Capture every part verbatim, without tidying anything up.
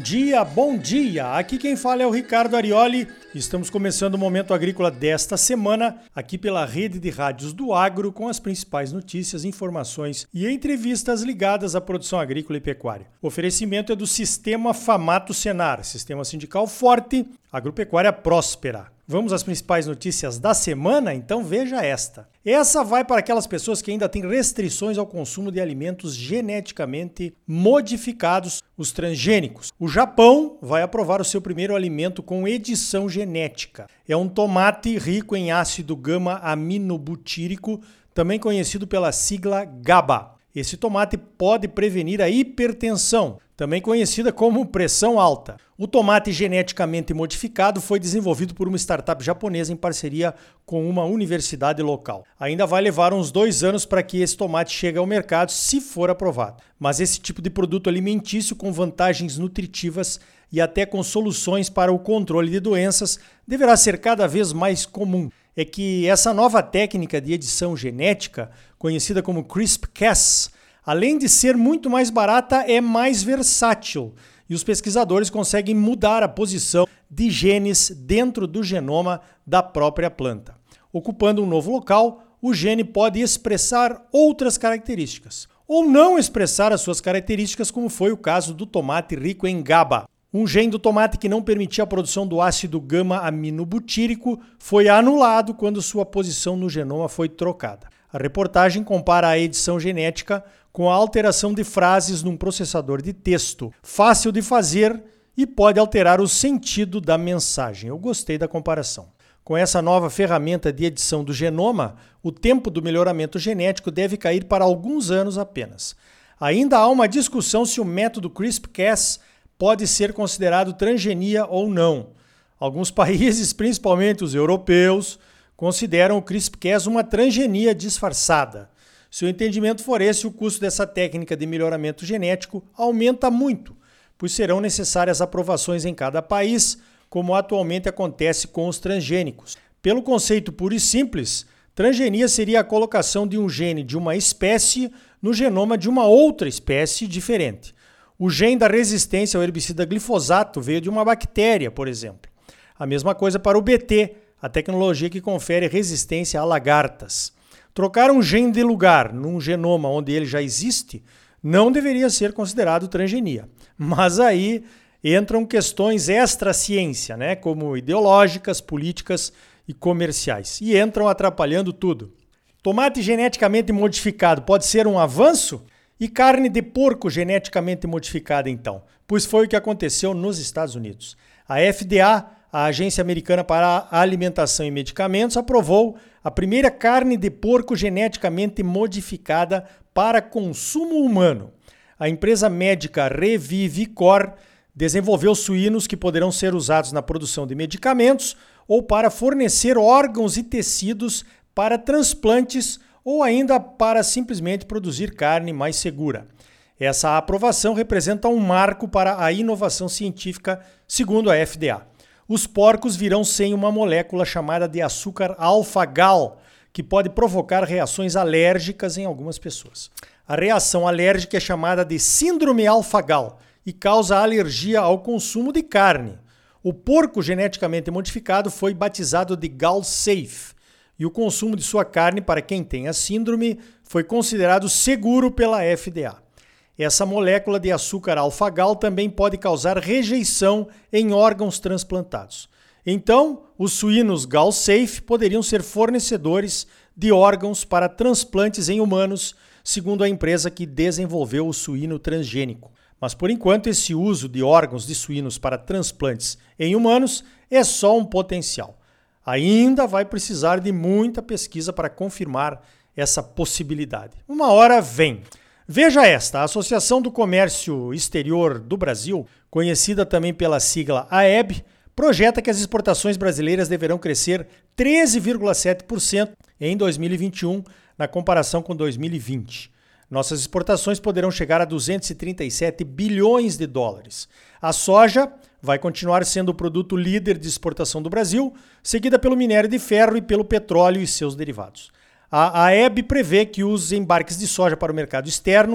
dia, bom dia! Aqui quem fala é o Ricardo Arioli. Estamos começando o Momento Agrícola desta semana, aqui pela rede de rádios do Agro, com as principais notícias, informações e entrevistas ligadas à produção agrícola e pecuária. O oferecimento é do Sistema Famato Senar, Sistema Sindical Forte, Agropecuária Próspera. Vamos às principais notícias da semana? Então veja esta. Essa vai para aquelas pessoas que ainda têm restrições ao consumo de alimentos geneticamente modificados, os transgênicos. O Japão vai aprovar o seu primeiro alimento com edição genética. É um tomate rico em ácido gama-aminobutírico, também conhecido pela sigla GABA. Esse tomate pode prevenir a hipertensão, também conhecida como pressão alta. O tomate geneticamente modificado foi desenvolvido por uma startup japonesa em parceria com uma universidade local. Ainda vai levar uns dois anos para que esse tomate chegue ao mercado, se for aprovado. Mas esse tipo de produto alimentício com vantagens nutritivas e até com soluções para o controle de doenças deverá ser cada vez mais comum. É que essa nova técnica de edição genética, conhecida como CRISPR-Cas, além de ser muito mais barata, é mais versátil e os pesquisadores conseguem mudar a posição de genes dentro do genoma da própria planta. Ocupando um novo local, o gene pode expressar outras características, ou não expressar as suas características, como foi o caso do tomate rico em GABA. Um gene do tomate que não permitia a produção do ácido gama-aminobutírico foi anulado quando sua posição no genoma foi trocada. A reportagem compara a edição genética com a alteração de frases num processador de texto, fácil de fazer e pode alterar o sentido da mensagem. Eu gostei da comparação. Com essa nova ferramenta de edição do genoma, o tempo do melhoramento genético deve cair para alguns anos apenas. Ainda há uma discussão se o método CRISPR-Cas pode ser considerado transgenia ou não. Alguns países, principalmente os europeus, consideram o CRISPR-Cas uma transgenia disfarçada. Se o entendimento for esse, o custo dessa técnica de melhoramento genético aumenta muito, pois serão necessárias aprovações em cada país, como atualmente acontece com os transgênicos. Pelo conceito puro e simples, transgenia seria a colocação de um gene de uma espécie no genoma de uma outra espécie diferente. O gene da resistência ao herbicida glifosato veio de uma bactéria, por exemplo. A mesma coisa para o B T, a tecnologia que confere resistência a lagartas. Trocar um gene de lugar num genoma onde ele já existe não deveria ser considerado transgenia. Mas aí entram questões extra-ciência, né? Como ideológicas, políticas e comerciais. E entram atrapalhando tudo. Tomate geneticamente modificado pode ser um avanço? E carne de porco geneticamente modificada, então? Pois foi o que aconteceu nos Estados Unidos. A F D A, a Agência Americana para a Alimentação e Medicamentos, aprovou a primeira carne de porco geneticamente modificada para consumo humano. A empresa médica Revivicor desenvolveu suínos que poderão ser usados na produção de medicamentos ou para fornecer órgãos e tecidos para transplantes ou ainda para simplesmente produzir carne mais segura. Essa aprovação representa um marco para a inovação científica, segundo a F D A. Os porcos virão sem uma molécula chamada de açúcar alfa-gal, que pode provocar reações alérgicas em algumas pessoas. A reação alérgica é chamada de síndrome alfa-gal e causa alergia ao consumo de carne. O porco geneticamente modificado foi batizado de Gal-Safe, e o consumo de sua carne para quem tem a síndrome foi considerado seguro pela F D A. Essa molécula de açúcar alfa-gal também pode causar rejeição em órgãos transplantados. Então, os suínos Gal-Safe poderiam ser fornecedores de órgãos para transplantes em humanos, segundo a empresa que desenvolveu o suíno transgênico. Mas, por enquanto, esse uso de órgãos de suínos para transplantes em humanos é só um potencial. Ainda vai precisar de muita pesquisa para confirmar essa possibilidade. Uma hora vem. Veja esta, a Associação do Comércio Exterior do Brasil, conhecida também pela sigla A E B, projeta que as exportações brasileiras deverão crescer treze vírgula sete por cento em dois mil e vinte e um, na comparação com dois mil e vinte. Nossas exportações poderão chegar a duzentos e trinta e sete bilhões de dólares. A soja vai continuar sendo o produto líder de exportação do Brasil, seguida pelo minério de ferro e pelo petróleo e seus derivados. A A E B prevê que os embarques de soja para o mercado externo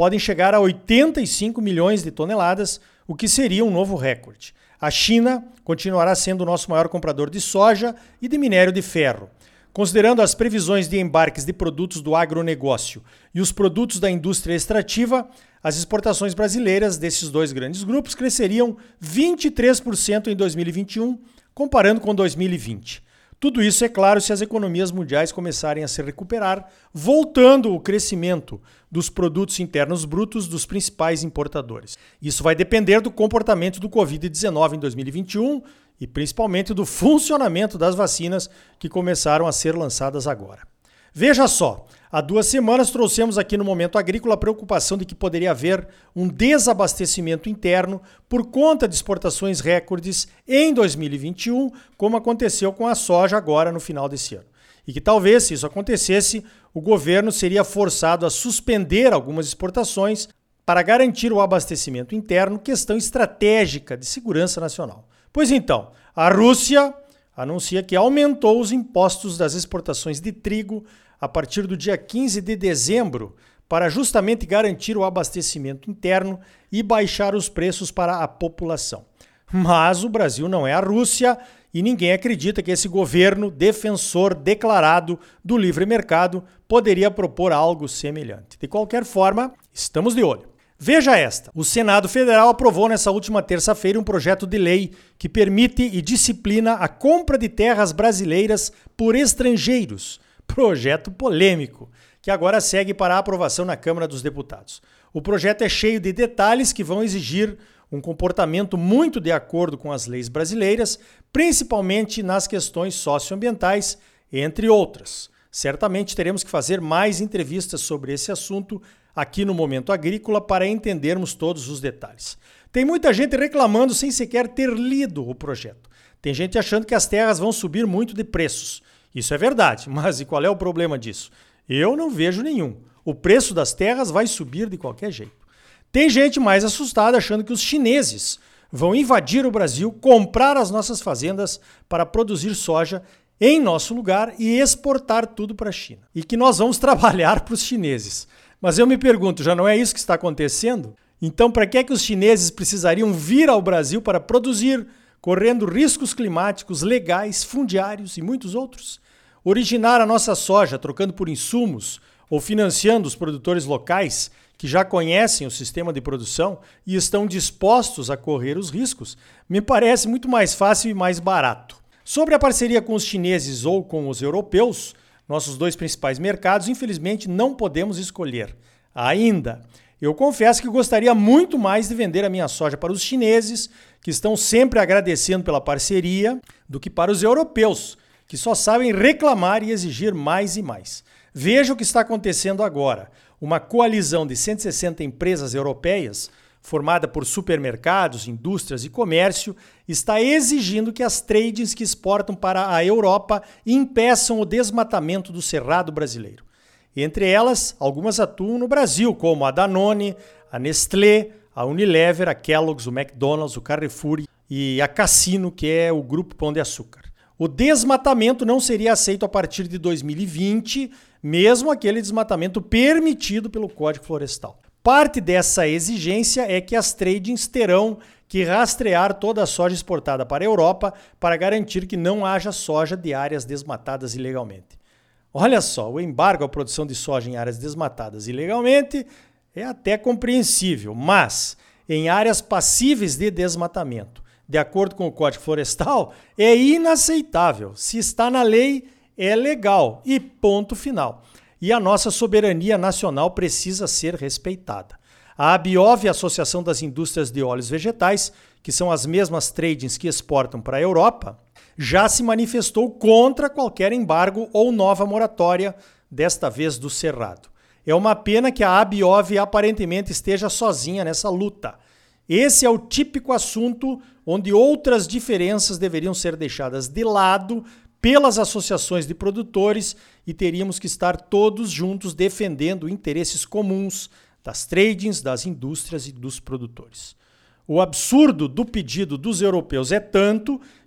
podem chegar a oitenta e cinco milhões de toneladas, o que seria um novo recorde. A China continuará sendo o nosso maior comprador de soja e de minério de ferro. Considerando as previsões de embarques de produtos do agronegócio e os produtos da indústria extrativa, as exportações brasileiras desses dois grandes grupos cresceriam vinte e três por cento em dois mil e vinte e um, comparando com dois mil e vinte. Tudo isso, é claro, se as economias mundiais começarem a se recuperar, voltando o crescimento dos produtos internos brutos dos principais importadores. Isso vai depender do comportamento do covid dezenove em dois mil e vinte e um e principalmente do funcionamento das vacinas que começaram a ser lançadas agora. Veja só, há duas semanas trouxemos aqui no Momento Agrícola a preocupação de que poderia haver um desabastecimento interno por conta de exportações recordes em dois mil e vinte e um, como aconteceu com a soja agora no final desse ano. E que talvez, se isso acontecesse, o governo seria forçado a suspender algumas exportações para garantir o abastecimento interno, questão estratégica de segurança nacional. Pois então, a Rússia anuncia que aumentou os impostos das exportações de trigo a partir do dia quinze de dezembro para justamente garantir o abastecimento interno e baixar os preços para a população. Mas o Brasil não é a Rússia e ninguém acredita que esse governo defensor declarado do livre mercado poderia propor algo semelhante. De qualquer forma, estamos de olho. Veja esta. O Senado Federal aprovou nessa última terça-feira um projeto de lei que permite e disciplina a compra de terras brasileiras por estrangeiros. Projeto polêmico, que agora segue para a aprovação na Câmara dos Deputados. O projeto é cheio de detalhes que vão exigir um comportamento muito de acordo com as leis brasileiras, principalmente nas questões socioambientais, entre outras. Certamente teremos que fazer mais entrevistas sobre esse assunto aqui no Momento Agrícola para entendermos todos os detalhes. Tem muita gente reclamando sem sequer ter lido o projeto. Tem gente achando que as terras vão subir muito de preços. Isso é verdade, mas e qual é o problema disso? Eu não vejo nenhum. O preço das terras vai subir de qualquer jeito. Tem gente mais assustada achando que os chineses vão invadir o Brasil, comprar as nossas fazendas para produzir soja em nosso lugar e exportar tudo para a China. E que nós vamos trabalhar para os chineses. Mas eu me pergunto, já não é isso que está acontecendo? Então, para que é que os chineses precisariam vir ao Brasil para produzir, correndo riscos climáticos, legais, fundiários e muitos outros? Originar a nossa soja trocando por insumos ou financiando os produtores locais que já conhecem o sistema de produção e estão dispostos a correr os riscos, me parece muito mais fácil e mais barato. Sobre a parceria com os chineses ou com os europeus, nossos dois principais mercados, infelizmente, não podemos escolher ainda. Eu confesso que gostaria muito mais de vender a minha soja para os chineses, que estão sempre agradecendo pela parceria, do que para os europeus, que só sabem reclamar e exigir mais e mais. Veja o que está acontecendo agora. Uma coalizão de cento e sessenta empresas europeias, formada por supermercados, indústrias e comércio, está exigindo que as tradings que exportam para a Europa impeçam o desmatamento do cerrado brasileiro. Entre elas, algumas atuam no Brasil, como a Danone, a Nestlé, a Unilever, a Kellogg's, o McDonald's, o Carrefour e a Cassino, que é o Grupo Pão de Açúcar. O desmatamento não seria aceito a partir de dois mil e vinte, mesmo aquele desmatamento permitido pelo Código Florestal. Parte dessa exigência é que as tradings terão que rastrear toda a soja exportada para a Europa para garantir que não haja soja de áreas desmatadas ilegalmente. Olha só, o embargo à produção de soja em áreas desmatadas ilegalmente é até compreensível, mas em áreas passíveis de desmatamento, de acordo com o Código Florestal, é inaceitável. Se está na lei, é legal e ponto final. E a nossa soberania nacional precisa ser respeitada. A ABIOV, a Associação das Indústrias de Óleos Vegetais, que são as mesmas tradings que exportam para a Europa, já se manifestou contra qualquer embargo ou nova moratória, desta vez do Cerrado. É uma pena que a ABIOV aparentemente esteja sozinha nessa luta. Esse é o típico assunto onde outras diferenças deveriam ser deixadas de lado pelas associações de produtores e teríamos que estar todos juntos defendendo interesses comuns das tradings, das indústrias e dos produtores. O absurdo do pedido dos europeus é tanto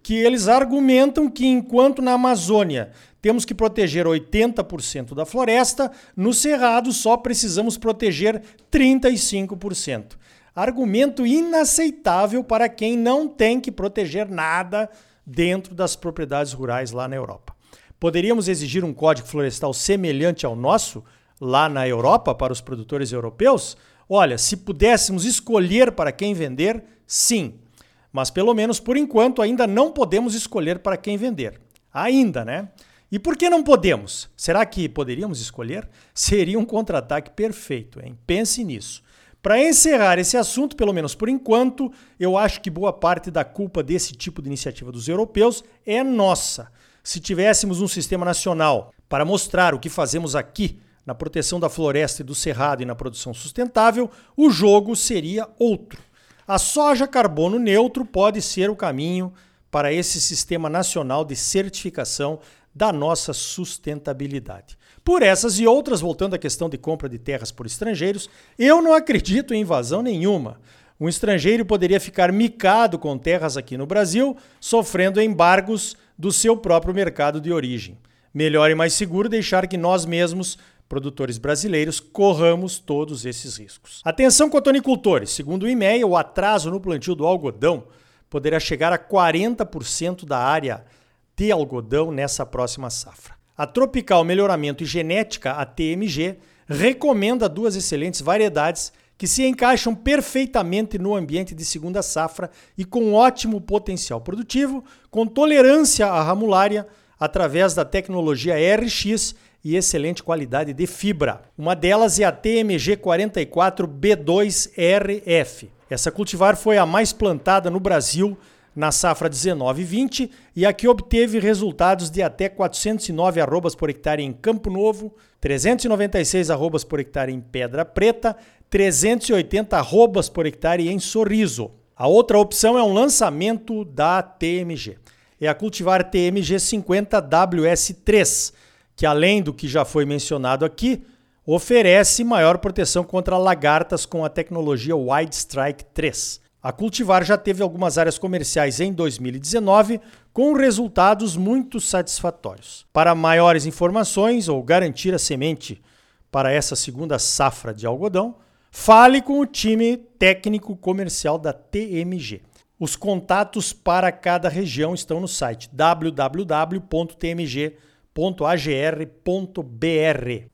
que eles argumentam que enquanto na Amazônia temos que proteger oitenta por cento da floresta, no Cerrado só precisamos proteger trinta e cinco por cento. Argumento inaceitável para quem não tem que proteger nada dentro das propriedades rurais lá na Europa. Poderíamos exigir um código florestal semelhante ao nosso lá na Europa para os produtores europeus? Olha, se pudéssemos escolher para quem vender, sim. Mas pelo menos por enquanto ainda não podemos escolher para quem vender. Ainda, né? E por que não podemos? Será que poderíamos escolher? Seria um contra-ataque perfeito, hein? Pense nisso. Para encerrar esse assunto, pelo menos por enquanto, eu acho que boa parte da culpa desse tipo de iniciativa dos europeus é nossa. Se tivéssemos um sistema nacional para mostrar o que fazemos aqui na proteção da floresta e do cerrado e na produção sustentável, o jogo seria outro. A soja carbono neutro pode ser o caminho para esse sistema nacional de certificação da nossa sustentabilidade. Por essas e outras, voltando à questão de compra de terras por estrangeiros, eu não acredito em invasão nenhuma. Um estrangeiro poderia ficar micado com terras aqui no Brasil, sofrendo embargos do seu próprio mercado de origem. Melhor e mais seguro deixar que nós mesmos, produtores brasileiros, corramos todos esses riscos. Atenção, cotonicultores! Segundo o I M E A, o atraso no plantio do algodão poderá chegar a quarenta por cento da área de algodão nessa próxima safra. A Tropical Melhoramento e Genética, a T M G, recomenda duas excelentes variedades que se encaixam perfeitamente no ambiente de segunda safra e com ótimo potencial produtivo, com tolerância à ramulária, através da tecnologia R X e excelente qualidade de fibra. Uma delas é a T M G quarenta e quatro B dois R F. Essa cultivar foi a mais plantada no Brasil na safra dezenove vinte e a que obteve resultados de até quatrocentos e nove arrobas por hectare em Campo Novo, trezentos e noventa e seis arrobas por hectare em Pedra Preta, trezentos e oitenta arrobas por hectare em Sorriso. A outra opção é um lançamento da T M G. É a cultivar T M G cinquenta W S três, que além do que já foi mencionado aqui, oferece maior proteção contra lagartas com a tecnologia Wide Strike três. A cultivar já teve algumas áreas comerciais em dois mil e dezenove, com resultados muito satisfatórios. Para maiores informações ou garantir a semente para essa segunda safra de algodão, fale com o time técnico comercial da T M G. Os contatos para cada região estão no site w w w ponto t m g ponto a g r ponto b r.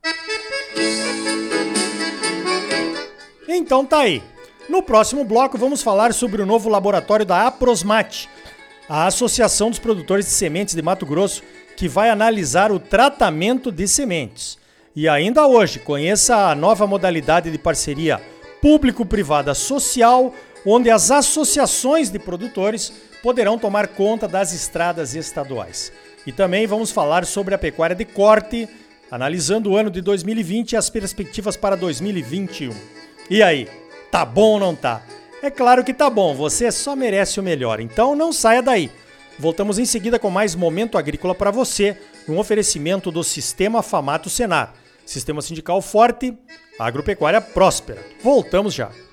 Então tá aí. No próximo bloco vamos falar sobre o novo laboratório da Aprosmate, a Associação dos Produtores de Sementes de Mato Grosso, que vai analisar o tratamento de sementes. E ainda hoje, conheça a nova modalidade de parceria público-privada social, onde as associações de produtores poderão tomar conta das estradas estaduais. E também vamos falar sobre a pecuária de corte, analisando o ano de dois mil e vinte e as perspectivas para dois mil e vinte e um. E aí? Tá bom ou não tá? É claro que tá bom, você só merece o melhor, então não saia daí. Voltamos em seguida com mais Momento Agrícola para você, um oferecimento do Sistema Famato Senar. Sistema sindical forte, agropecuária próspera. Voltamos já.